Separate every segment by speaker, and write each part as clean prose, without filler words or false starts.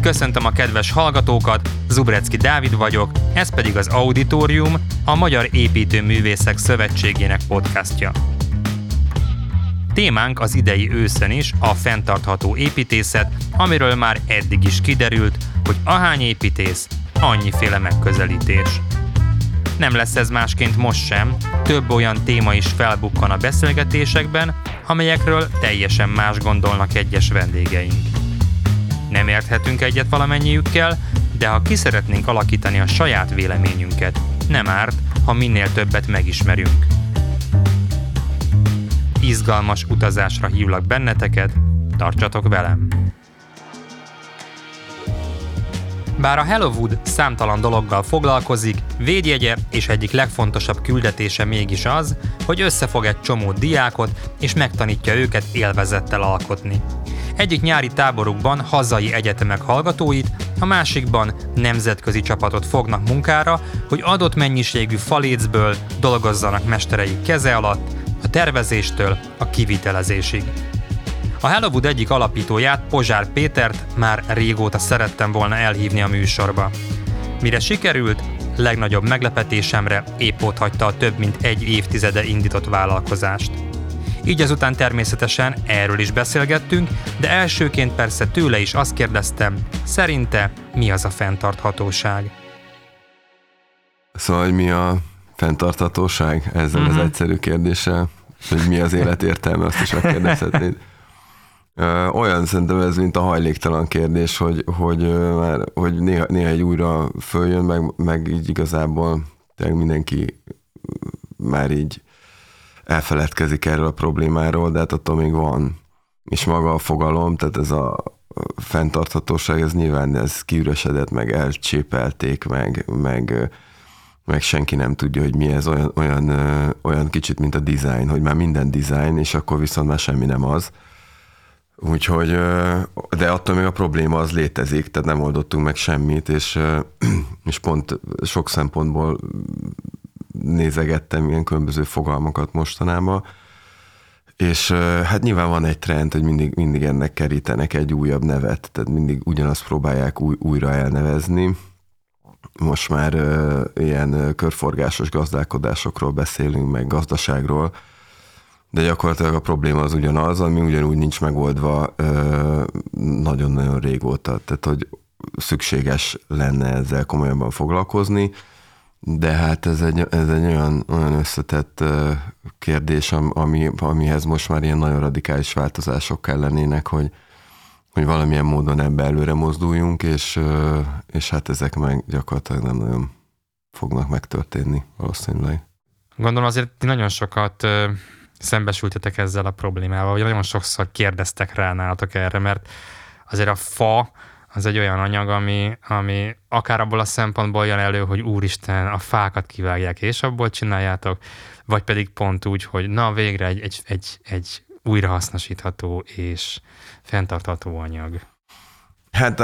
Speaker 1: Köszöntöm a kedves hallgatókat, Zubrecki Dávid vagyok, ez pedig az Auditorium, a Magyar Építőművészek Szövetségének podcastja. Témánk az idei őszön is a fenntartható építészet, amiről már eddig is kiderült, hogy ahány építész, annyiféle megközelítés. Nem lesz ez másként most sem, több olyan téma is felbukkan a beszélgetésekben, amelyekről teljesen más gondolnak egyes vendégeink. Nem érthetünk egyet valamennyiükkel, de ha ki szeretnénk alakítani a saját véleményünket, nem árt, ha minél többet megismerünk. Izgalmas utazásra hívlak benneteket, tartsatok velem! Bár a Hello Wood számtalan dologgal foglalkozik, védjegye és egyik legfontosabb küldetése mégis az, hogy összefog egy csomó diákot és megtanítja őket élvezettel alkotni. Egyik nyári táborukban hazai egyetemek hallgatóit, a másikban nemzetközi csapatot fognak munkára, hogy adott mennyiségű falécből dolgozzanak mestereik keze alatt, a tervezéstől a kivitelezésig. A Hello Wood egyik alapítóját, Pozsár Pétert már régóta szerettem volna elhívni a műsorba. Mire sikerült, legnagyobb meglepetésemre épp otthagyta a több mint egy évtizede indított vállalkozást. Így azután természetesen erről is beszélgettünk, de elsőként persze tőle is azt kérdeztem, szerinte mi az a fenntarthatóság?
Speaker 2: Szóval, hogy mi a fenntarthatóság ezzel az egyszerű kérdéssel, hogy mi az élet értelme, azt is megkérdezhetnéd. Olyan szerintem ez, mint a hajléktalan kérdés, hogy néha egy újra följön, meg így igazából mindenki már így elfeledkezik erről a problémáról, de hát attól még van. És maga a fogalom, tehát ez a fenntarthatóság, ez nyilván ez kiüresedett, meg elcsépelték, meg senki nem tudja, hogy mi ez, olyan kicsit, mint a design, hogy már minden design, és akkor viszont már semmi nem az. Úgyhogy, de attól még a probléma az létezik, tehát nem oldottunk meg semmit, és pont sok szempontból nézegettem ilyen különböző fogalmakat mostanában, és hát nyilván van egy trend, hogy mindig ennek kerítenek egy újabb nevet, tehát mindig ugyanazt próbálják újra elnevezni. Most már ilyen körforgásos gazdálkodásokról beszélünk, meg gazdaságról, de gyakorlatilag a probléma az ugyanaz, ami ugyanúgy nincs megoldva nagyon-nagyon régóta. Tehát, hogy szükséges lenne ezzel komolyabban foglalkozni, de hát ez egy olyan összetett kérdés, amihez most már ilyen nagyon radikális változások kellenének, hogy valamilyen módon ebbe előre mozduljunk, és hát ezek meg gyakorlatilag nem nagyon fognak megtörténni valószínűleg.
Speaker 1: Gondolom azért nagyon sokat szembesültetek ezzel a problémával, vagy nagyon sokszor kérdeztek rá nálatok erre, mert azért a fa az egy olyan anyag, ami akár abból a szempontból jön elő, hogy úristen, a fákat kivágják, és abból csináljátok, vagy pedig pont úgy, hogy na végre egy újrahasznosítható és fenntartható anyag.
Speaker 2: Hát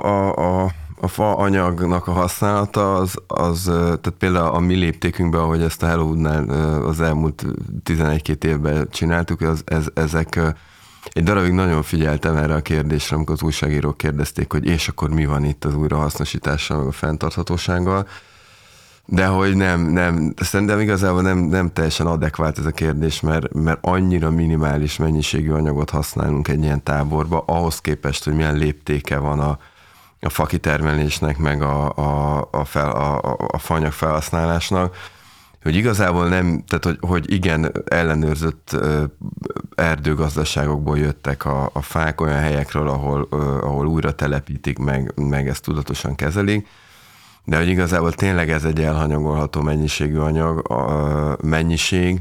Speaker 2: a fa anyagnak a használata az tehát például a mi léptékünkben, ahogy ezt a Hello Woodnál az elmúlt 11-2 évben csináltuk, ezek egy darabig nagyon figyeltem erre a kérdésre, amikor az újságírók kérdezték, hogy és akkor mi van itt az újrahasznosítással, meg a fenntarthatósággal, de hogy nem, szerintem igazából nem teljesen adekvált ez a kérdés, mert annyira minimális mennyiségű anyagot használunk egy ilyen táborba, ahhoz képest, hogy milyen léptéke van a fakitermelésnek, meg a faanyag felhasználásnak, hogy igazából nem, tehát hogy igen, ellenőrzött erdőgazdaságokból jöttek a fák olyan helyekről, ahol újra telepítik, meg ezt tudatosan kezelik, de hogy igazából tényleg ez egy elhanyagolható mennyiségű mennyiség,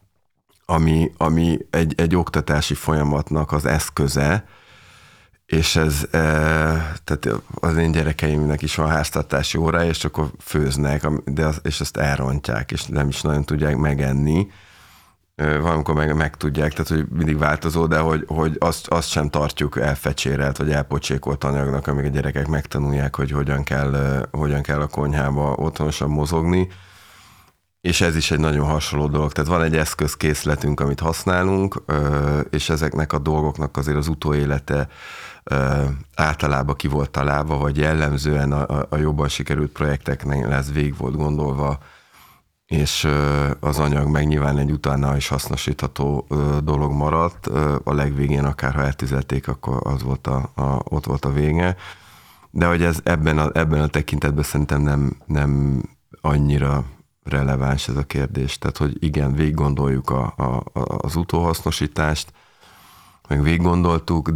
Speaker 2: ami egy oktatási folyamatnak az eszköze, és ez, tehát az én gyerekeimnek is van háztartási órája, és akkor főznek, és azt elrontják, és nem is nagyon tudják megenni. Valamikor meg tudják, tehát hogy mindig változó, de hogy azt sem tartjuk elfecsérelt, vagy elpocsékolt anyagnak, amíg a gyerekek megtanulják, hogy hogyan kell a konyhába otthonosan mozogni. És ez is egy nagyon hasonló dolog. Tehát van egy eszközkészletünk, amit használunk, és ezeknek a dolgoknak azért az utóélete általában ki volt találva, vagy jellemzően a jobban sikerült projekteknél ez végig volt gondolva, és az anyag meg nyilván egy utána is hasznosítható dolog maradt. A legvégén akár ha eltüzelték, akkor az volt ott volt a vége. De hogy ez ebben a tekintetben szerintem nem annyira releváns ez a kérdés. Tehát, hogy igen, végig gondoljuk az utóhasznosítást, meg végig gondoltuk,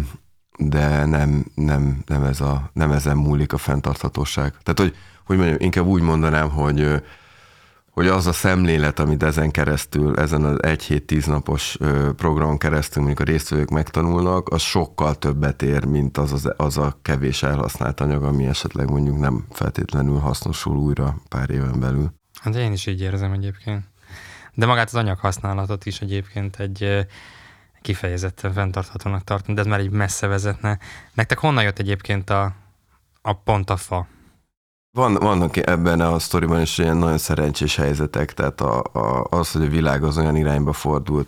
Speaker 2: de nem ezen múlik a fenntarthatóság. Tehát, hogy mondjam, inkább úgy mondanám, hogy az a szemlélet, amit ezen keresztül, ezen az 1-7-10 napos program keresztül mondjuk a résztvevők megtanulnak, az sokkal többet ér, mint az a kevés elhasznált anyag, ami esetleg mondjuk nem feltétlenül hasznosul újra pár éven belül.
Speaker 1: Hát én is így érzem egyébként. De magát az anyaghasználatot is egyébként egy kifejezetten fenntarthatónak tartom, de ez már így messze vezetne. Nektek honnan jött egyébként pont a fa?
Speaker 2: Vannak ebben a sztoriban is ilyen nagyon szerencsés helyzetek, tehát az, hogy a világ az olyan irányba fordult,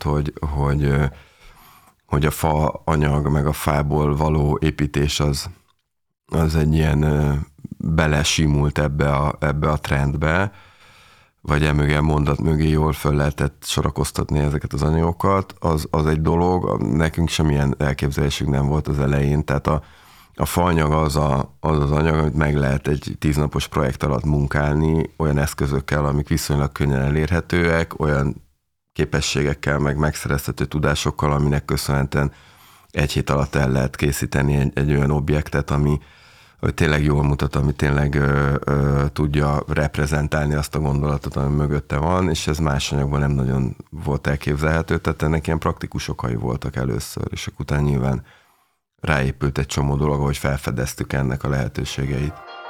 Speaker 2: hogy a fa anyag meg a fából való építés az egy ilyen belesimult ebbe a trendbe, vagy emögé mondat mögé jól föl lehetett sorakoztatni ezeket az anyagokat, az egy dolog, nekünk semmilyen elképzelésünk nem volt az elején, tehát a faanyag az anyag, amit meg lehet egy 10 napos projekt alatt munkálni, olyan eszközökkel, amik viszonylag könnyen elérhetőek, olyan képességekkel, meg megszerezhető tudásokkal, aminek köszönhetően egy hét alatt el lehet készíteni egy olyan objektet, ami tényleg jól mutat, ami tényleg tudja reprezentálni azt a gondolatot, ami mögötte van, és ez más anyagban nem nagyon volt elképzelhető, tehát ennek ilyen praktikus okai voltak először, és akkor utána nyilván ráépült egy csomó dolog, ahogy felfedeztük ennek a lehetőségeit.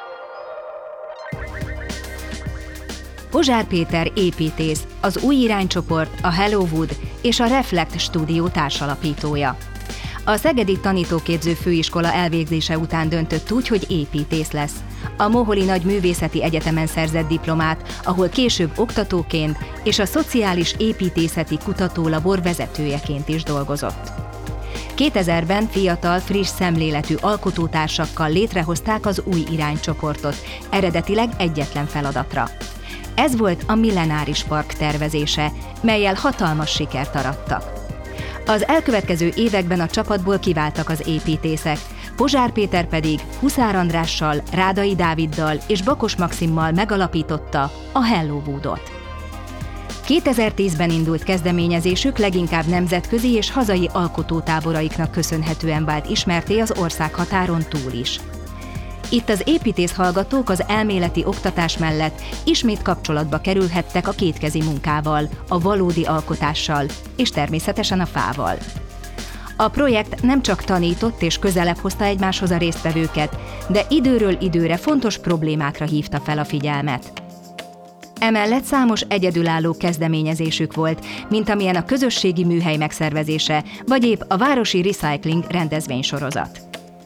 Speaker 3: Pozsár Péter építész, az Új Iránycsoport, a Hello Wood és a Reflect stúdió társalapítója. A Szegedi Tanítóképző Főiskola elvégzése után döntött úgy, hogy építész lesz. A Moholi Nagy Művészeti Egyetemen szerzett diplomát, ahol később oktatóként és a Szociális Építészeti Kutatólabor vezetőjeként is dolgozott. 2000-ben fiatal, friss szemléletű alkotótársakkal létrehozták az Új Iránycsoportot, eredetileg egyetlen feladatra. Ez volt a Millenáris Park tervezése, mellyel hatalmas sikert arattak. Az elkövetkező években a csapatból kiváltak az építészek, Pozsár Péter pedig Huszár Andrással, Rádai Dáviddal és Bakos Maximmal megalapította a Hello Woodot. 2010-ben indult kezdeményezésük leginkább nemzetközi és hazai alkotótáboraiknak köszönhetően vált ismertté az országhatáron túl is. Itt az építész hallgatók az elméleti oktatás mellett ismét kapcsolatba kerülhettek a kétkezi munkával, a valódi alkotással és természetesen a fával. A projekt nem csak tanított és közelebb hozta egymáshoz a résztvevőket, de időről időre fontos problémákra hívta fel a figyelmet. Emellett számos egyedülálló kezdeményezésük volt, mint amilyen a közösségi műhely megszervezése, vagy épp a városi recycling rendezvénysorozat.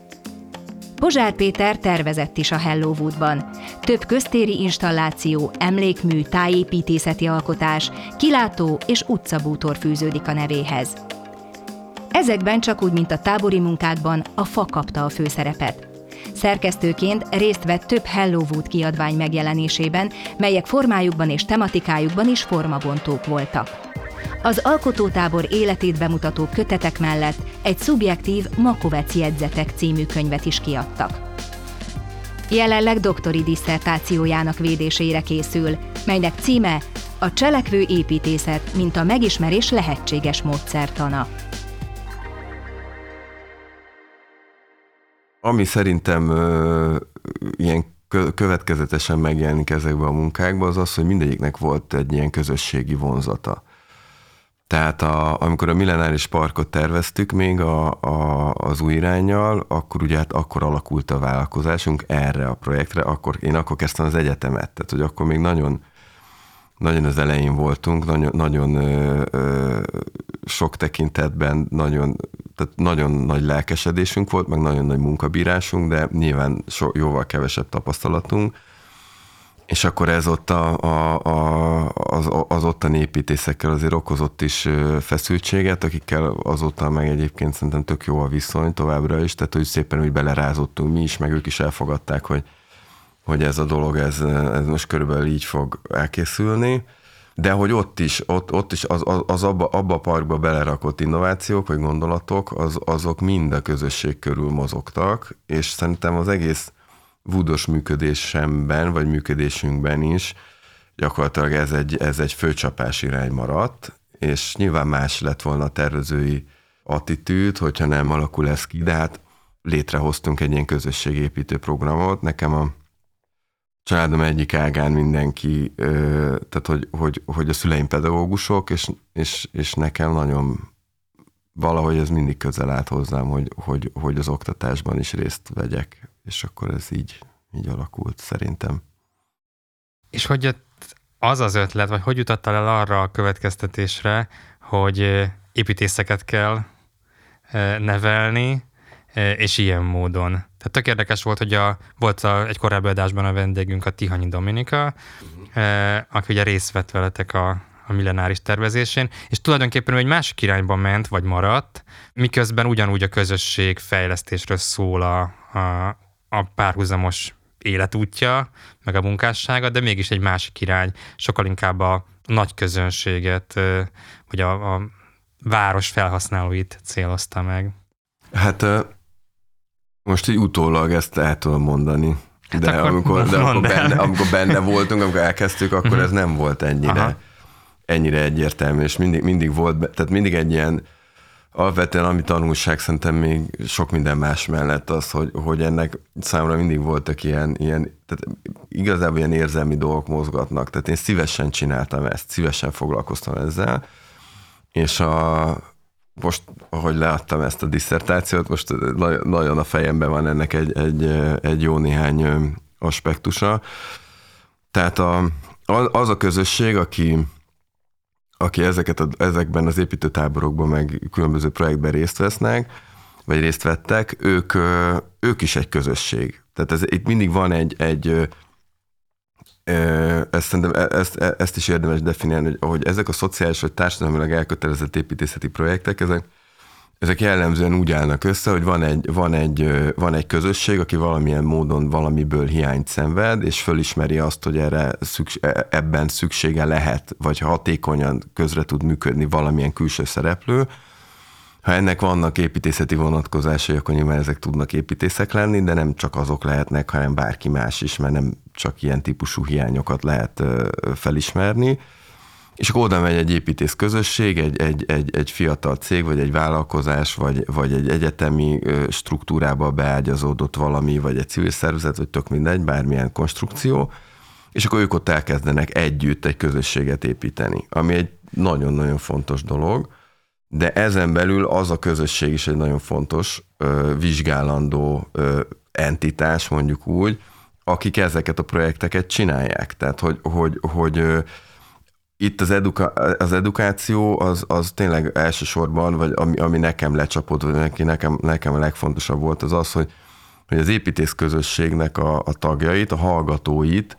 Speaker 3: Pozsár Péter tervezett is a Hello Woodban. Több köztéri installáció, emlékmű, tájépítészeti alkotás, kilátó és utcabútor fűződik a nevéhez. Ezekben csak úgy, mint a tábori munkákban, a fa kapta a főszerepet. Szerkesztőként részt vett több Hello Wood kiadvány megjelenésében, melyek formájukban és tematikájukban is formabontók voltak. Az alkotótábor életét bemutató kötetek mellett egy szubjektív Makovec jegyzetek című könyvet is kiadtak. Jelenleg doktori disszertációjának védésére készül, melynek címe a cselekvő építészet, mint a megismerés lehetséges módszertana.
Speaker 2: Ami szerintem ilyen következetesen megjelenik ezekben a munkákban, az az, hogy mindegyiknek volt egy ilyen közösségi vonzata. Tehát amikor a Millenáris Parkot terveztük még az Új Iránnyal, akkor ugye akkor alakult a vállalkozásunk erre a projektre, én akkor kezdtem az egyetemet, tehát hogy akkor még nagyon az elején voltunk, nagyon sok tekintetben nagyon nagy lelkesedésünk volt, meg nagyon nagy munkabírásunk, de nyilván jóval kevesebb tapasztalatunk. És akkor ez ott az ottani építészekkel azért okozott is feszültséget, akikkel azóta meg egyébként szerintem tök jó a viszony továbbra is, tehát hogy szépen úgy belerázottunk mi is, meg ők is elfogadták, hogy ez a dolog, ez most körülbelül így fog elkészülni. De hogy ott is az abba a parkba belerakott innovációk, vagy gondolatok, azok mind a közösség körül mozogtak, és szerintem az egész Woodos működésemben, vagy működésünkben is gyakorlatilag ez egy főcsapás irány maradt, és nyilván más lett volna a tervezői attitűd, hogyha nem alakul ez ki, de hát létrehoztunk egy ilyen közösségépítő programot. Nekem a családom egyik ágán mindenki, tehát hogy a szüleim pedagógusok, és nekem nagyon valahogy ez mindig közel állt hozzám, hogy az oktatásban is részt vegyek, és akkor ez így alakult szerintem.
Speaker 1: És hogy jött az az ötlet, vagy hogy jutottál el arra a következtetésre, hogy építészeket kell nevelni, és ilyen módon. Tehát tök érdekes volt, hogy volt egy korábbi adásban a vendégünk, a Tihanyi Dominika, aki ugye részt vett veletek a millenáris tervezésén, és tulajdonképpen ő egy másik irányban ment, vagy maradt, miközben ugyanúgy a közösség fejlesztésről szól a párhuzamos életútja, meg a munkássága, de mégis egy másik irány, sokkal inkább a nagy közönséget, vagy a város felhasználóit célozta meg.
Speaker 2: Hát most így utólag ezt el tudom mondani, hát de amikor benne voltunk, amikor elkezdtük, akkor ez nem volt ennyire egyértelmű, és mindig volt, tehát mindig egy ilyen alapvetően, ami tanulság szerintem még sok minden más mellett az, hogy ennek számomra mindig voltak ilyen, tehát igazából ilyen érzelmi dolgok mozgatnak, tehát én szívesen csináltam ezt, szívesen foglalkoztam ezzel, és most, ahogy leadtam ezt a disszertációt, most nagyon a fejemben van ennek egy jó néhány aspektusa. Tehát az a közösség, aki ezekben az építőtáborokban meg különböző projektben részt vesznek, vagy részt vettek, ők is egy közösség. Tehát itt mindig van ezt is érdemes definiálni, hogy ezek a szociális vagy társadalmilag elkötelezett építészeti projektek, ezek jellemzően úgy állnak össze, hogy van egy közösség, aki valamilyen módon valamiből hiányt szenved, és fölismeri azt, hogy ebben szüksége lehet, vagy hatékonyan közre tud működni valamilyen külső szereplő. Ha ennek vannak építészeti vonatkozásai, akkor nyilván ezek tudnak építészek lenni, de nem csak azok lehetnek, hanem bárki más is, mert nem csak ilyen típusú hiányokat lehet felismerni. És akkor oda megy egy építész közösség, egy fiatal cég, vagy egy vállalkozás, vagy egy egyetemi struktúrába beágyazódott valami, vagy egy civil szervezet, vagy tök mindegy, bármilyen konstrukció, és akkor ők ott elkezdenek együtt egy közösséget építeni, ami egy nagyon-nagyon fontos dolog, de ezen belül az a közösség is egy nagyon fontos, vizsgálandó entitás, mondjuk úgy, akik ezeket a projekteket csinálják. Tehát, hogy itt az edukáció az tényleg elsősorban, vagy ami nekem lecsapott, vagy nekem a legfontosabb volt, az, hogy az építész közösségnek a tagjait, a hallgatóit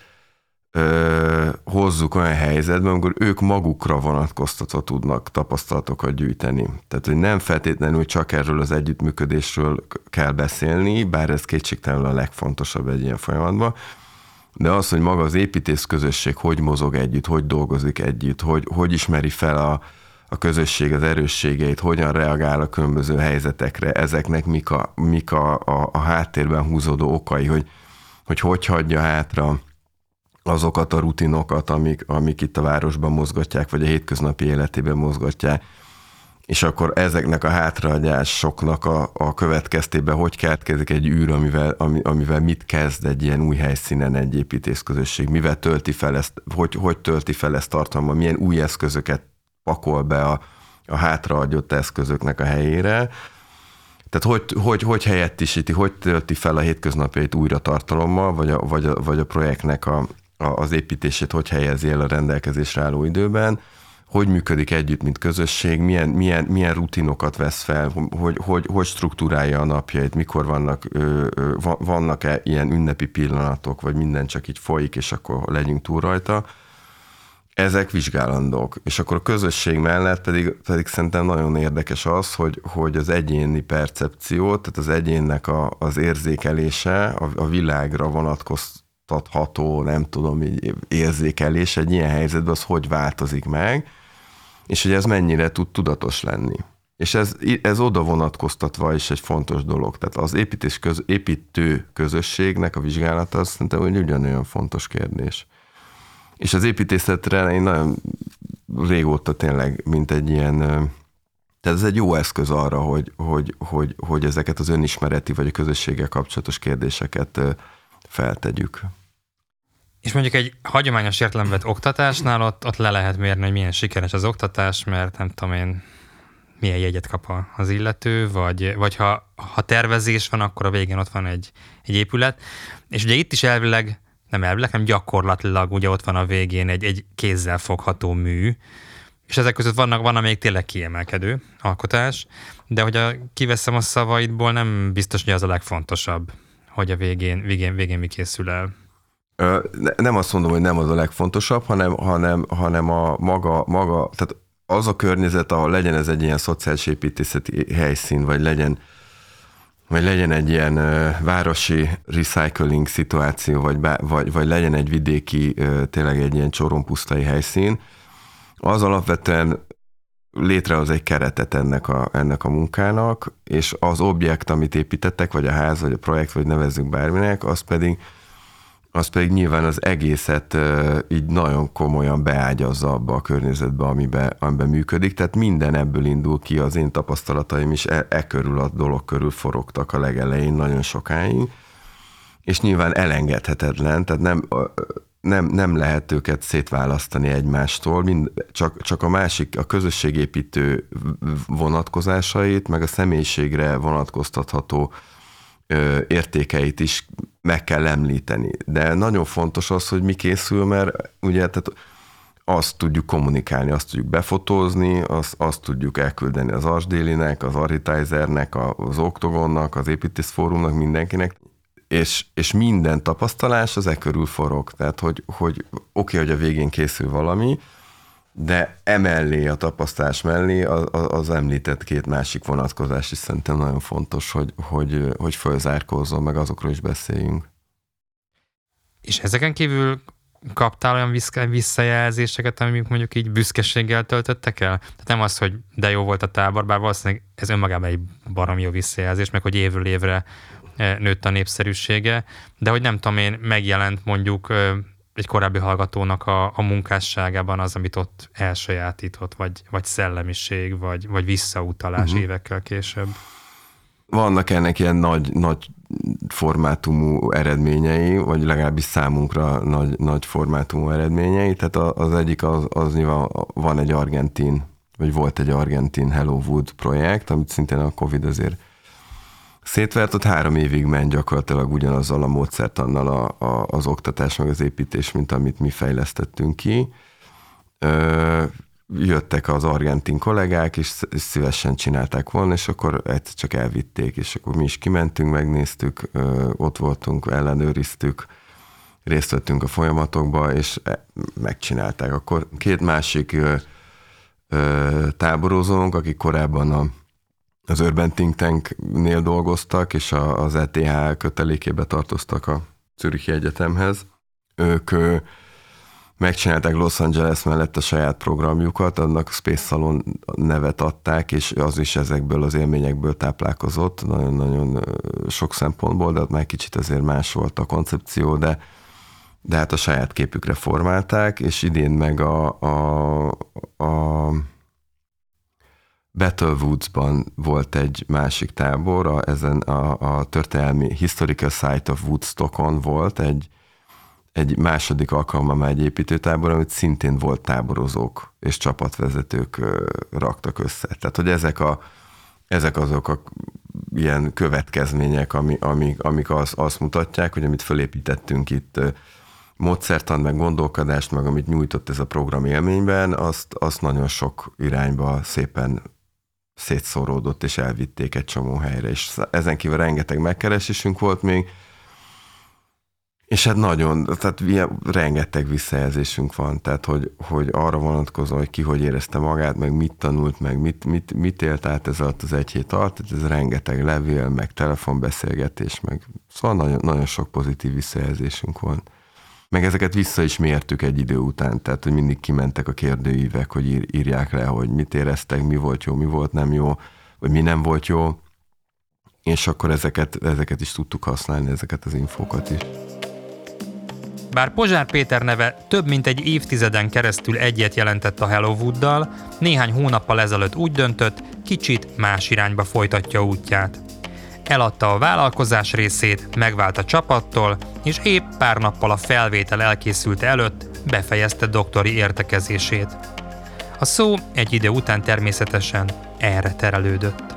Speaker 2: hozzuk olyan helyzetben, amikor ők magukra vonatkoztatva tudnak tapasztalatokat gyűjteni. Tehát, hogy nem feltétlenül csak erről az együttműködésről kell beszélni, bár ez kétségtelenül a legfontosabb egy ilyen folyamatban, de az, hogy maga az építész közösség hogy mozog együtt, hogy dolgozik együtt, hogy ismeri fel a közösség az erősségeit, hogyan reagál a különböző helyzetekre, ezeknek mik a háttérben húzódó okai, hogy hagyja hátra azokat a rutinokat, amik itt a városban mozgatják, vagy a hétköznapi életében mozgatják, és akkor ezeknek a hátrahagyásoknak a következtében hogy keletkezik egy űr, amivel mit kezd egy ilyen új helyszínen egy építészközösség, mivel tölti fel ezt, hogy tölti fel ezt tartalma, milyen új eszközöket pakol be a hátrahagyott eszközöknek a helyére. Tehát hogy helyettesíti, hogy tölti fel a hétköznapjait újra tartalommal, vagy a projektnek az építését hogy helyezi el a rendelkezésre álló időben, hogy működik együtt, mint közösség, milyen rutinokat vesz fel, hogy struktúrálja a napjait, mikor vannak-e ilyen ünnepi pillanatok, vagy minden csak így folyik, és akkor legyünk túl rajta. Ezek vizsgálandók. És akkor a közösség mellett pedig szerintem nagyon érdekes az, hogy az egyéni percepció, tehát az egyénnek az érzékelése, a világra vonatkoztatható, nem tudom, így érzékelés egy ilyen helyzetben, az hogy változik meg, és hogy ez mennyire tud tudatos lenni. És ez oda vonatkoztatva is egy fontos dolog. Tehát az építő közösségnek a vizsgálata az szerintem ugyanolyan fontos kérdés. És az építészetre én nagyon régóta tényleg, mint egy ilyen, tehát ez egy jó eszköz arra, hogy ezeket az önismereti vagy a közösséggel kapcsolatos kérdéseket feltegyük.
Speaker 1: És mondjuk egy hagyományos értelemben vett oktatásnál ott le lehet mérni, hogy milyen sikeres az oktatás, mert nem tudom én, milyen jegyet kap az illető, vagy ha tervezés van, akkor a végén ott van egy épület. És ugye itt is elvileg, hanem gyakorlatilag ugye ott van a végén egy kézzel fogható mű, és ezek között van amelyik tényleg kiemelkedő alkotás, de hogy kiveszem a szavaidból, nem biztos, hogy az a legfontosabb, hogy a végén mi készül el.
Speaker 2: Nem azt mondom, hogy nem az a legfontosabb, hanem a maga, tehát az a környezet, ahol legyen ez egy ilyen szociális építészeti helyszín, vagy legyen egy ilyen városi recycling szituáció, vagy legyen egy vidéki, tényleg egy ilyen csorompusztai helyszín, az alapvetően létrehoz egy keretet ennek a munkának, és az objekt, amit építettek, vagy a ház, vagy a projekt, vagy nevezzük bárminek, az pedig nyilván az egészet így nagyon komolyan beágyazza abba a környezetbe, amiben működik. Tehát minden ebből indul ki, az én tapasztalataim is körül a dolog körül forogtak a legelején nagyon sokáig, és nyilván elengedhetetlen, tehát nem lehet őket szétválasztani egymástól, csak a másik, a közösségépítő vonatkozásait, meg a személyiségre vonatkoztatható értékeit is meg kell említeni. De nagyon fontos az, hogy mi készül, mert ugye tehát azt tudjuk kommunikálni, azt tudjuk befotózni, azt tudjuk elküldeni az Asdélinek, az Architizernek, az Oktogonnak, az Építészfórumnak, mindenkinek, és minden tapasztalás az körül forog. Tehát, hogy oké, hogy a végén készül valami, de emellé, a tapasztalás mellé az említett két másik vonatkozás is szerintem nagyon fontos, hogy fölzárkózzon, meg azokról is beszéljünk.
Speaker 1: És ezeken kívül kaptál olyan visszajelzéseket, amik mondjuk így büszkeséggel töltöttek el? Tehát nem az, hogy de jó volt a tábor, bár valószínűleg ez önmagában egy baromi jó visszajelzés, meg hogy évről évre nőtt a népszerűsége, de hogy nem tudom én, megjelent mondjuk egy korábbi hallgatónak a munkásságában az, amit ott elsajátított, vagy szellemiség, vagy visszautalás évekkel később.
Speaker 2: Vannak ennek ilyen nagy formátumú eredményei, vagy legalábbis számunkra nagy formátumú eredményei. Tehát az egyik az nyilván van egy argentin, vagy volt egy argentin Hello Wood projekt, amit szintén a Covid azért szétvert, ott 3 évig ment gyakorlatilag ugyanazzal a módszertannal az oktatás, meg az építés, mint amit mi fejlesztettünk ki. Jöttek az argentin kollégák, és szívesen csinálták volna, és akkor egyszer csak elvitték, és akkor mi is kimentünk, megnéztük, ott voltunk, ellenőriztük, részt vettünk a folyamatokba, és megcsinálták. Akkor 2 másik táborozónk, akik korábban az Urban Think Tanknél dolgoztak, és az ETH kötelékébe tartoztak a Zürichi Egyetemhez. Ők megcsinálták Los Angeles mellett a saját programjukat, annak Space Salon nevet adták, és az is ezekből az élményekből táplálkozott, nagyon-nagyon sok szempontból, de ott már kicsit azért más volt a koncepció, de hát a saját képükre formálták, és idén meg a Battle Woods-ban volt egy másik tábor, ezen a történelmi Historical Site of Woodstockon volt egy második alkalommal már egy építőtábor, amit szintén volt táborozók és csapatvezetők raktak össze. Tehát, hogy ezek azok a ilyen következmények, amik azt mutatják, hogy amit fölépítettünk itt módszertan, meg gondolkodást, meg amit nyújtott ez a program élményben, azt nagyon sok irányba szépen szétszóródott, és elvitték egy csomó helyre. És ezen kívül rengeteg megkeresésünk volt még, és hát tehát rengeteg visszajelzésünk van, tehát hogy arra vonatkozó, hogy ki hogy érezte magát, meg mit tanult, meg mit élt át ez alatt az egy hét alatt, ez rengeteg levél, meg telefonbeszélgetés, meg szóval nagyon, nagyon sok pozitív visszajelzésünk volt. Meg ezeket vissza is mértük egy idő után, tehát hogy mindig kimentek a kérdőívek, hogy írják le, hogy mit éreztek, mi volt jó, mi volt nem jó, vagy mi nem volt jó, és akkor ezeket is tudtuk használni, ezeket az infókat is.
Speaker 1: Bár Pozsár Péter neve több mint egy évtizeden keresztül egyet jelentett a Hello Wooddal, néhány hónappal ezelőtt úgy döntött, kicsit más irányba folytatja útját. Eladta a vállalkozás részét, megvált a csapattól, és épp pár nappal a felvétel elkészülte előtt befejezte doktori értekezését. A szó egy idő után természetesen erre terelődött.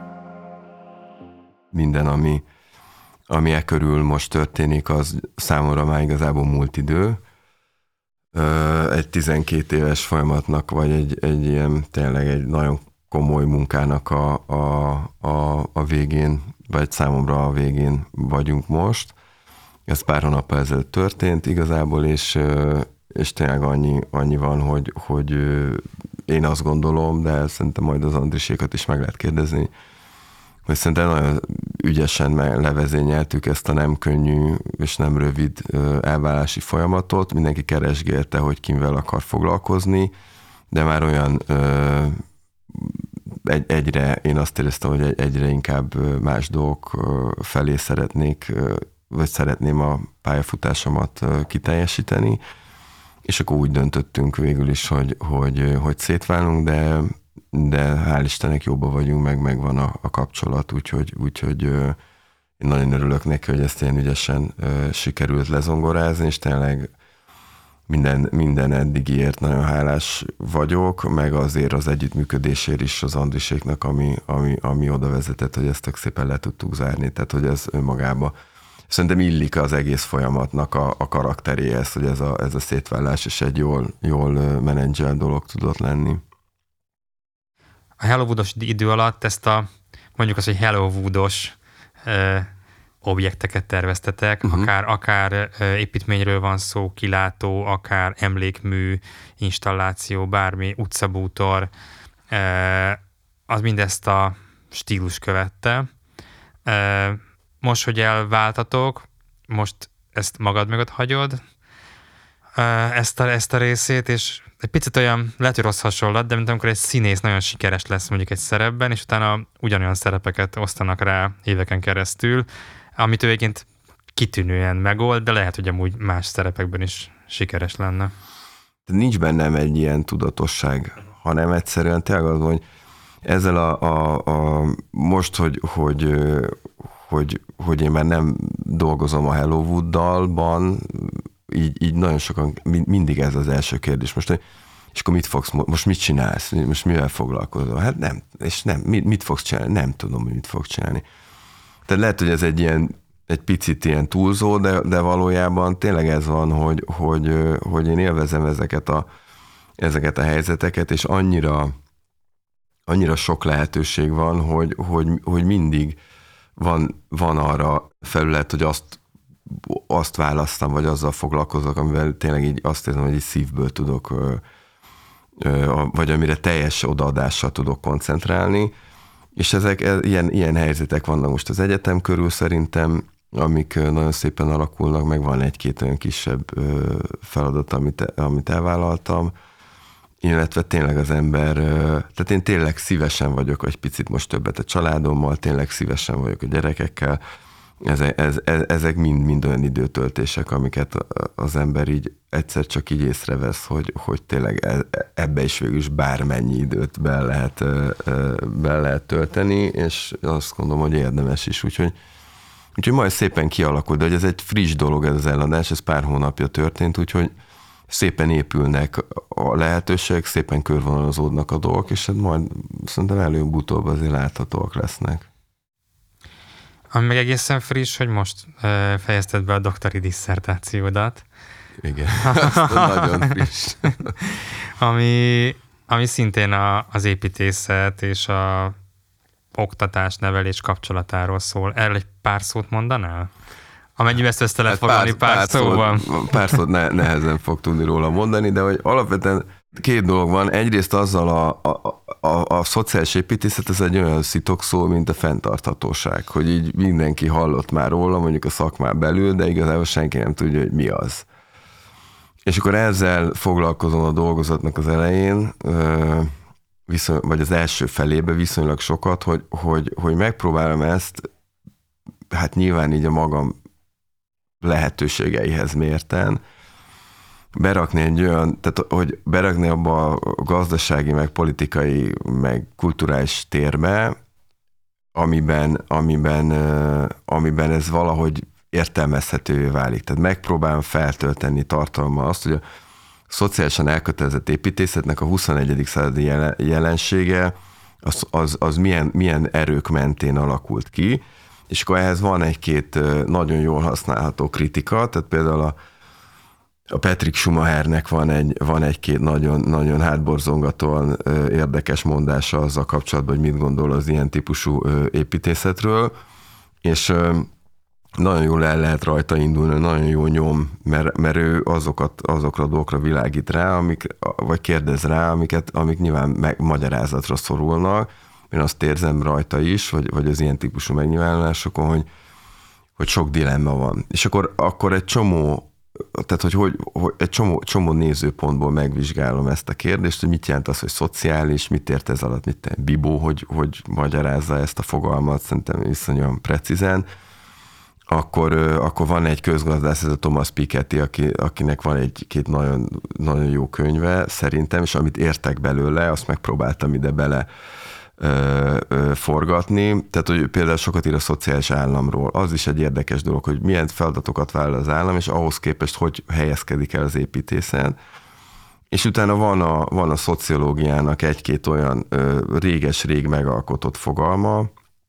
Speaker 2: Minden, ami e körül most történik, az számomra már igazából múlt idő. Egy 12 éves folyamatnak, vagy egy ilyen tényleg egy nagyon komoly munkának a végén, vagy számomra a végén vagyunk most. Ez pár hónappal ezelőtt történt igazából, és tényleg annyi van, hogy én azt gondolom, de szerintem majd az Andrisékat is meg lehet kérdezni, hogy szerintem nagyon ügyesen levezényeltük ezt a nem könnyű és nem rövid elválási folyamatot. Mindenki keresgélte, hogy kivel akar foglalkozni, de már olyan én azt éreztem, hogy egyre inkább más dolgok felé szeretném a pályafutásomat kiteljesíteni, és akkor úgy döntöttünk végül is, hogy szétválunk, de hál' Istennek jobban vagyunk, megvan a kapcsolat, úgyhogy én nagyon örülök neki, hogy ezt ilyen ügyesen sikerült lezongorázni, és tényleg minden eddigiért nagyon hálás vagyok, meg azért az együttműködésért is az Andriséknak, ami oda vezetett, hogy ezt tök szépen le tudtuk zárni, tehát hogy ez önmagában szerintem illik az egész folyamatnak a karakteréhez, hogy ez a szétválás is egy jól menedzselt dolog tudott lenni.
Speaker 1: A Hello Woodos idő alatt mondjuk hogy Hello Woodos objekteket terveztetek, akár építményről van szó, kilátó, akár emlékmű, installáció, bármi, utcabútor, az mindezt a stílus követte. Most, hogy elváltatok, most ezt magad mögött hagyod, ezt a részét, és egy picit olyan, lehet, hogy rossz hasonlat, de mint amikor egy színész nagyon sikeres lesz mondjuk egy szerepben, és utána ugyanolyan szerepeket osztanak rá éveken keresztül, amit ő egyébként kitűnően megold, de lehet, hogy amúgy más szerepekben is sikeres lenne.
Speaker 2: Nincs bennem egy ilyen tudatosság, hanem egyszerűen tényleg az, hogy ezzel most, hogy én már nem dolgozom a Hello Wooddalban, így nagyon sokan, mindig ez az első kérdés. És akkor most mit csinálsz? Most mivel foglalkozol? Hát nem, és nem, mit fogsz csinálni? Nem tudom, hogy mit fogsz csinálni. Tehát lehet, hogy ez egy picit ilyen túlzó, de valójában tényleg ez van, hogy én élvezem ezeket a helyzeteket, és annyira sok lehetőség van, hogy mindig van arra felület, hogy azt választam, vagy azzal foglalkozok, amivel tényleg így azt érzem, hogy így szívből tudok, vagy amire teljes odaadással tudok koncentrálni, és ezek ilyen helyzetek vannak most az egyetem körül szerintem, amik nagyon szépen alakulnak, meg van egy-két olyan kisebb feladat, amit elvállaltam, illetve tényleg az ember, tehát én tényleg szívesen vagyok, egy picit most többet a családommal, tényleg szívesen vagyok a gyerekekkel, ezek mind olyan időtöltések, amiket az ember így egyszer csak így észrevesz, hogy tényleg ebbe is végül is bármennyi időt be lehet tölteni, és azt gondolom, hogy érdemes is, úgyhogy majd szépen kialakul, de hogy ez egy friss dolog ez az eladás, ez pár hónapja történt, úgyhogy szépen épülnek a lehetőségek, szépen körvonalazódnak a dolgok, és majd szerintem előbb-utóbb azért láthatóak lesznek.
Speaker 1: Ami meg egészen friss, hogy most fejezted be a doktori disszertációdat.
Speaker 2: Igen. Nagyon friss.
Speaker 1: ami szintén az építészet és a oktatás, nevelés kapcsolatáról szól. Erről egy pár szót mondanál? Amennyiben ezt össze lehet foglalni pár szóban.
Speaker 2: Pár szót nehezen fog tudni róla mondani, de hogy alapvetően két dolog van. Egyrészt azzal a szociális építészet, ez egy olyan szitokszó, mint a fenntarthatóság, hogy így mindenki hallott már róla, mondjuk a szakmán belül, de igazából senki nem tudja, hogy mi az. És akkor ezzel foglalkozom a dolgozatnak az elején, vagy az első felébe viszonylag sokat, hogy megpróbálom ezt, hát nyilván így a magam lehetőségeihez mérten, berakni egy olyan, tehát hogy berakni abba a gazdasági, meg politikai, meg kulturális térbe, amiben ez valahogy értelmezhetővé válik. Tehát megpróbálom feltölteni tartalommal azt, hogy a szociálisan elkötelezett építészetnek a 21. századi jelensége az milyen erők mentén alakult ki, és akkor ehhez van egy-két nagyon jól használható kritika, tehát például a Patrick Schumachernek van egy-két nagyon hátborzongatóan érdekes mondása azzal kapcsolatban, hogy mit gondol az ilyen típusú építészetről, és nagyon jól el lehet rajta indulni, nagyon jó nyom, mert ő azokra a dolgokra világít rá, vagy kérdez rá, amik nyilván magyarázatra szorulnak. Én azt érzem rajta is, vagy az ilyen típusú megnyilvánulásokon, hogy sok dilemma van. És akkor egy csomó, tehát hogy egy csomó nézőpontból megvizsgálom ezt a kérdést, hogy mit jelent az, hogy szociális, mit ért ez alatt, Bibó, hogy magyarázza ezt a fogalmat, szerintem iszonyúan precízen. Akkor van egy közgazdász, ez a Thomas Piketty, akinek van egy-két nagyon, nagyon jó könyve szerintem, és amit értek belőle, azt megpróbáltam ide bele forgatni. Tehát, hogy például sokat ír a szociális államról. Az is egy érdekes dolog, hogy milyen feladatokat vállal az állam, és ahhoz képest hogy helyezkedik el az építészet. És utána van a szociológiának egy-két olyan réges-rég megalkotott fogalma,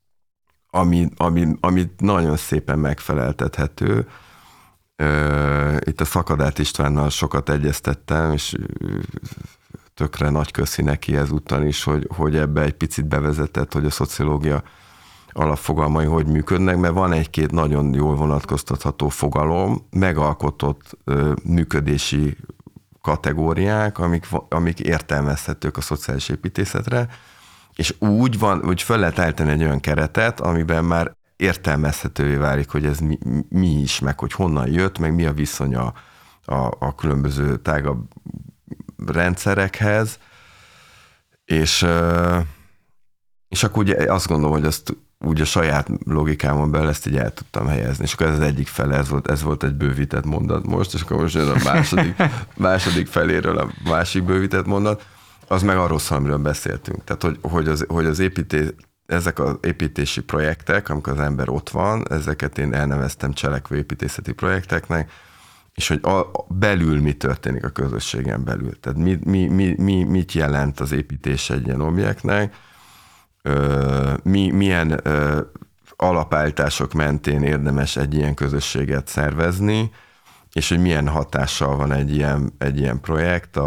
Speaker 2: ami nagyon szépen megfeleltethető. Itt a Szakadát Istvánnal sokat egyeztettem, és tökre nagy köszi neki ezúttal is, hogy ebbe egy picit bevezetett, hogy a szociológia alapfogalmai hogy működnek, mert van egy-két nagyon jól vonatkoztatható fogalom, megalkotott működési kategóriák, amik értelmezhetők a szociális építészetre, és úgy fel lehet állítani egy olyan keretet, amiben már értelmezhetővé válik, hogy ez mi is, meg hogy honnan jött, meg mi a viszonya a különböző tágabb rendszerekhez, és akkor ugye azt gondolom, hogy azt úgy a saját logikámon belül ezt így el tudtam helyezni, és akkor ez az egyik fele, ez volt egy bővített mondat most, és akkor most jön a második feléről a másik bővített mondat, az meg arról szól, amiről beszéltünk. Tehát, hogy ezek az építési projektek, amikor az ember ott van, ezeket én elneveztem cselekvő építészeti projekteknek, és hogy belül mi történik a közösségen belül. Tehát mit jelent az építés egy ilyen objektnek, milyen alapállítások mentén érdemes egy ilyen közösséget szervezni, és hogy milyen hatással van egy ilyen projekt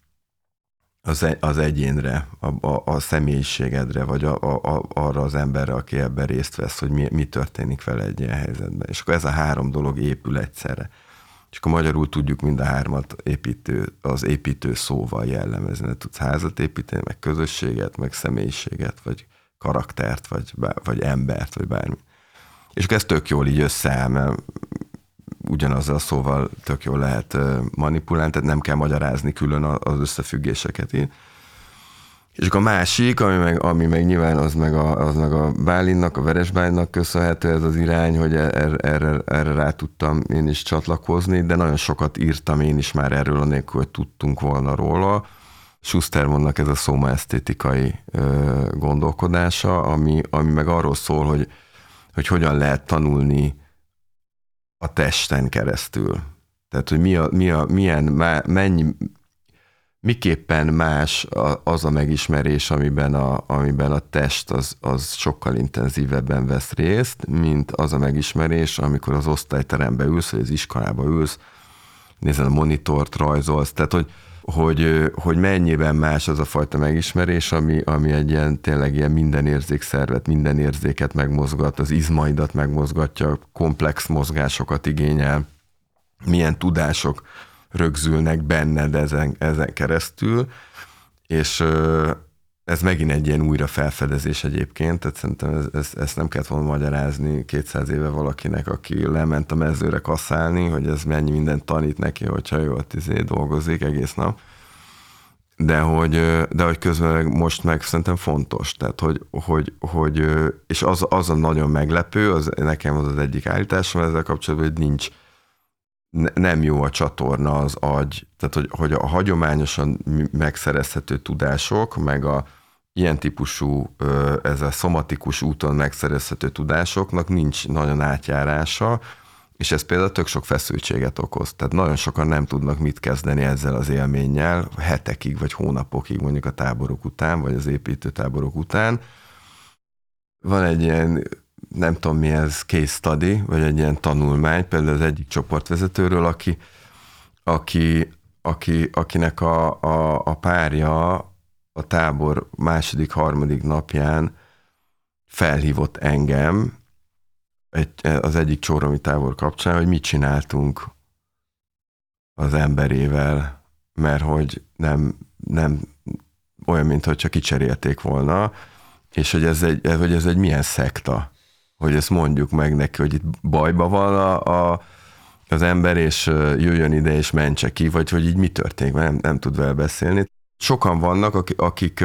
Speaker 2: az egyénre, a személyiségedre, vagy arra az emberre, aki ebben részt vesz, hogy mi történik vele egy ilyen helyzetben. És akkor ez a három dolog épül egyszerre. És akkor magyarul tudjuk mind a hármat az építő szóval jellemezni. Tudsz házat építeni, meg közösséget, meg személyiséget, vagy karaktert, vagy embert, vagy bármi. És akkor ez tök jól így összeáll, mert ugyanazzal a szóval tök jól lehet manipulálni, tehát nem kell magyarázni külön az összefüggéseket itt. És akkor a másik, ami meg nyilván az meg a Bálinnak, a Veres Bálinnak köszönhető ez az irány, hogy erre rá tudtam én is csatlakozni, de nagyon sokat írtam én is már erről, anélkül, hogy tudtunk volna róla. Schustermannnak ez a szómaesztétikai gondolkodása, ami meg arról szól, hogy hogyan lehet tanulni a testen keresztül. Tehát, hogy miképpen más az a megismerés, amiben a test az sokkal intenzívebben vesz részt, mint az a megismerés, amikor az osztályterembe ülsz, vagy az iskolába ülsz, nézel a monitort, rajzolsz, tehát hogy mennyiben más az a fajta megismerés, ami egy ilyen, tényleg ilyen minden érzékszervet, minden érzéket megmozgat, az izmaidat megmozgatja, komplex mozgásokat igényel, milyen tudások rögzülnek benned ezen keresztül, és ez megint egy ilyen újra felfedezés egyébként, tehát szerintem ezt nem kellett volna magyarázni 200 éve valakinek, aki lement a mezőre kasszálni, hogy ez mennyi mindent tanít neki, hogyha ő ott dolgozik egész nap. De hogy közben most meg szerintem fontos, tehát hogy és az a nagyon meglepő, nekem az egyik állításom ezzel kapcsolatban, hogy nem jó a csatorna az agy, tehát hogy a hagyományosan megszerezhető tudások, meg a ilyen típusú, ez a szomatikus úton megszerezhető tudásoknak nincs nagyon átjárása, és ez például tök sok feszültséget okoz. Tehát nagyon sokan nem tudnak mit kezdeni ezzel az élménnyel, hetekig vagy hónapokig mondjuk a táborok után, vagy az építőtáborok után. Van egy ilyen, nem tudom mi ez, case study, vagy egy ilyen tanulmány, például az egyik csoportvezetőről, akinek a párja a tábor második-harmadik napján felhívott engem az egyik csóromi tábor kapcsán, hogy mit csináltunk az emberével, mert hogy nem olyan, mintha csak kicserélték volna, és hogy ez egy milyen szekta, hogy ezt mondjuk meg neki, hogy itt bajba van az ember, és jöjjön ide, és mentse ki, vagy hogy így mi történik, mert nem tud vele beszélni. Sokan vannak, akik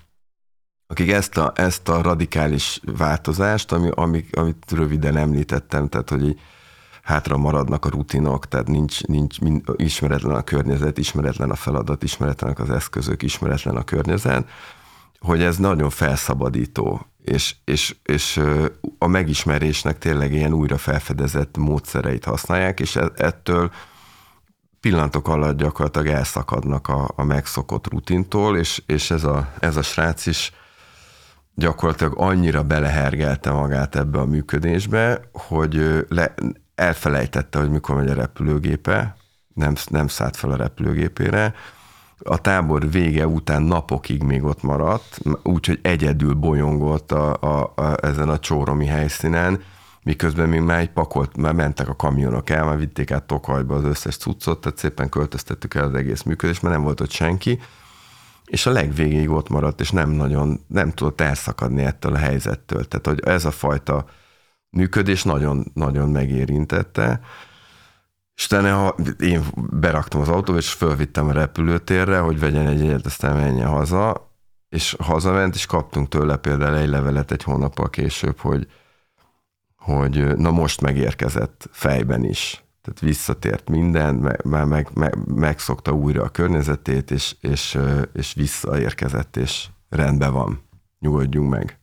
Speaker 2: ezt a radikális változást, amit röviden említettem, tehát hogy így hátra maradnak a rutinok, tehát nincs ismeretlen a környezet, ismeretlen a feladat, ismeretlenek az eszközök, ismeretlen a környezet, hogy ez nagyon felszabadító, és a megismerésnek tényleg ilyen újra felfedezett módszereit használják, és ettől pillanatok alatt gyakorlatilag elszakadnak a megszokott rutintól, és ez a srác is gyakorlatilag annyira belehergelte magát ebbe a működésbe, hogy elfelejtette, hogy mikor megy a repülőgépe, nem szállt fel a repülőgépére. A tábor vége után napokig még ott maradt, úgyhogy egyedül bolyongott ezen a csóromi helyszínen, miközben még már mentek a kamionok el, már vitték át Tokajba az összes cuccot, tehát szépen költöztettük el az egész működést, mert nem volt ott senki, és a legvégéig ott maradt, és nem tudott elszakadni ettől a helyzettől. Tehát, hogy ez a fajta működés nagyon, nagyon megérintette. És utána én beraktam az autóba, és fölvittem a repülőtérre, hogy vegyen egy jegyet, aztán menjen haza, és hazament, és kaptunk tőle például egy levelet egy hónappal később, hogy na most megérkezett fejben is. Tehát visszatért minden, megszokta újra a környezetét, és visszaérkezett, és rendben van, nyugodjunk meg.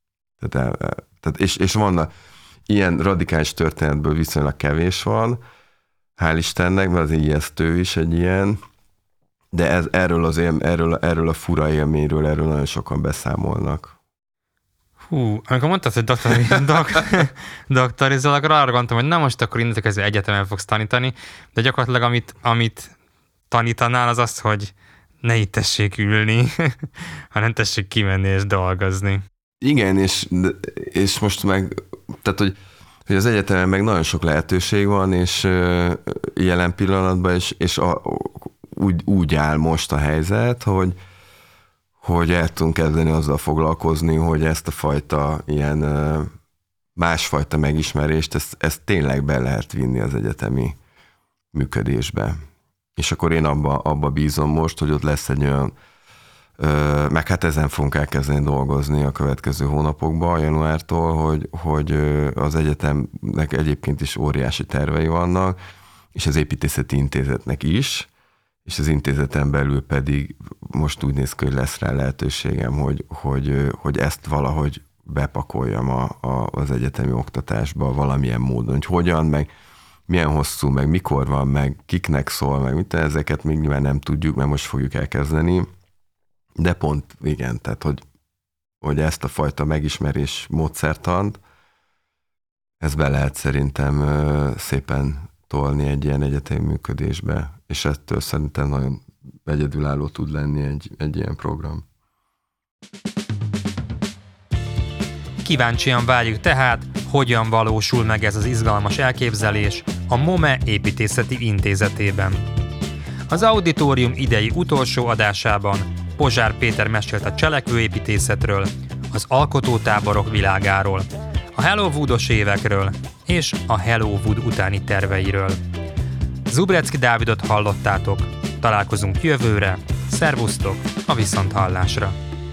Speaker 2: És vannak ilyen radikális történetből viszonylag kevés van, hál' Istennek, mert az ijesztő is egy ilyen, de erről a fura élményről, erről nagyon sokan beszámolnak.
Speaker 1: Amikor mondtad, hogy doktorizol, akkor arra gondoltam, hogy na most akkor innentől kezdve egyetemen fogsz tanítani, de gyakorlatilag amit tanítanál, az az, hogy ne itt tessék ülni, hanem tessék kimenni és dolgozni.
Speaker 2: Igen, és most meg, tehát, hogy az egyetemen meg nagyon sok lehetőség van, és jelen pillanatban, és úgy áll most a helyzet, hogy el tudunk kezdeni azzal foglalkozni, hogy ezt a fajta ilyen másfajta megismerést, ezt tényleg be lehet vinni az egyetemi működésbe. És akkor én abba bízom most, hogy ott lesz egy olyan, meg hát ezen fogunk elkezdeni dolgozni a következő hónapokban, januártól, hogy az egyetemnek egyébként is óriási tervei vannak, és az építészeti intézetnek is, és az intézeten belül pedig most úgy néz ki, hogy lesz rá lehetőségem, hogy ezt valahogy bepakoljam az egyetemi oktatásba valamilyen módon, hogy hogyan, meg milyen hosszú, meg mikor van, meg kiknek szól, meg mit, ezeket még nyilván nem tudjuk, mert most fogjuk elkezdeni, de pont igen, tehát hogy ezt a fajta megismerés módszertant, ezt be lehet szerintem szépen tolni egy ilyen egyetemi működésbe, és ettől szerintem nagyon egyedülálló tud lenni egy ilyen program.
Speaker 1: Kíváncsian várjuk tehát, hogyan valósul meg ez az izgalmas elképzelés a MOME Építészeti Intézetében. Az auditorium idei utolsó adásában Pozsár Péter mesélt a cselekvőépítészetről, az alkotótáborok világáról, a Hello Woodos évekről és a Hello Wood utáni terveiről. Zubrecki Dávidot hallottátok, találkozunk jövőre, szervusztok, a viszonthallásra!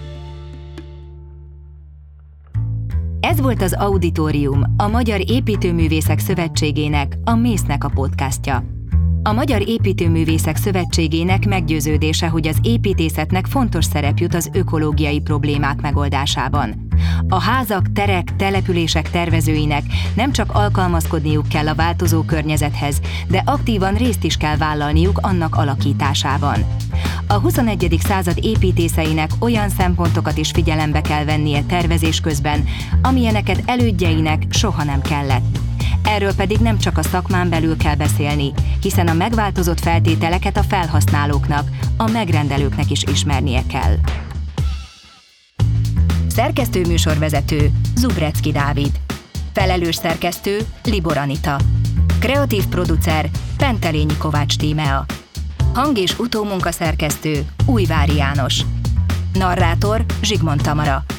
Speaker 3: Ez volt az Auditorium, a Magyar Építőművészek Szövetségének, a mésznek a podcastja. A Magyar Építőművészek Szövetségének meggyőződése, hogy az építészetnek fontos szerep jut az ökológiai problémák megoldásában. A házak, terek, települések tervezőinek nem csak alkalmazkodniuk kell a változó környezethez, de aktívan részt is kell vállalniuk annak alakításában. A 21. század építészeinek olyan szempontokat is figyelembe kell vennie tervezés közben, amilyeneket elődjeinek soha nem kellett. Erről pedig nem csak a szakmán belül kell beszélni, hiszen a megváltozott feltételeket a felhasználóknak, a megrendelőknek is ismernie kell. Szerkesztő-műsorvezető Zubrecki Dávid. Felelős szerkesztő Libor Anita. Kreatív producer Pentelényi Kovács Tímea. Hang- és utómunkaszerkesztő Újvári János. Narrátor Zsigmond Tamara.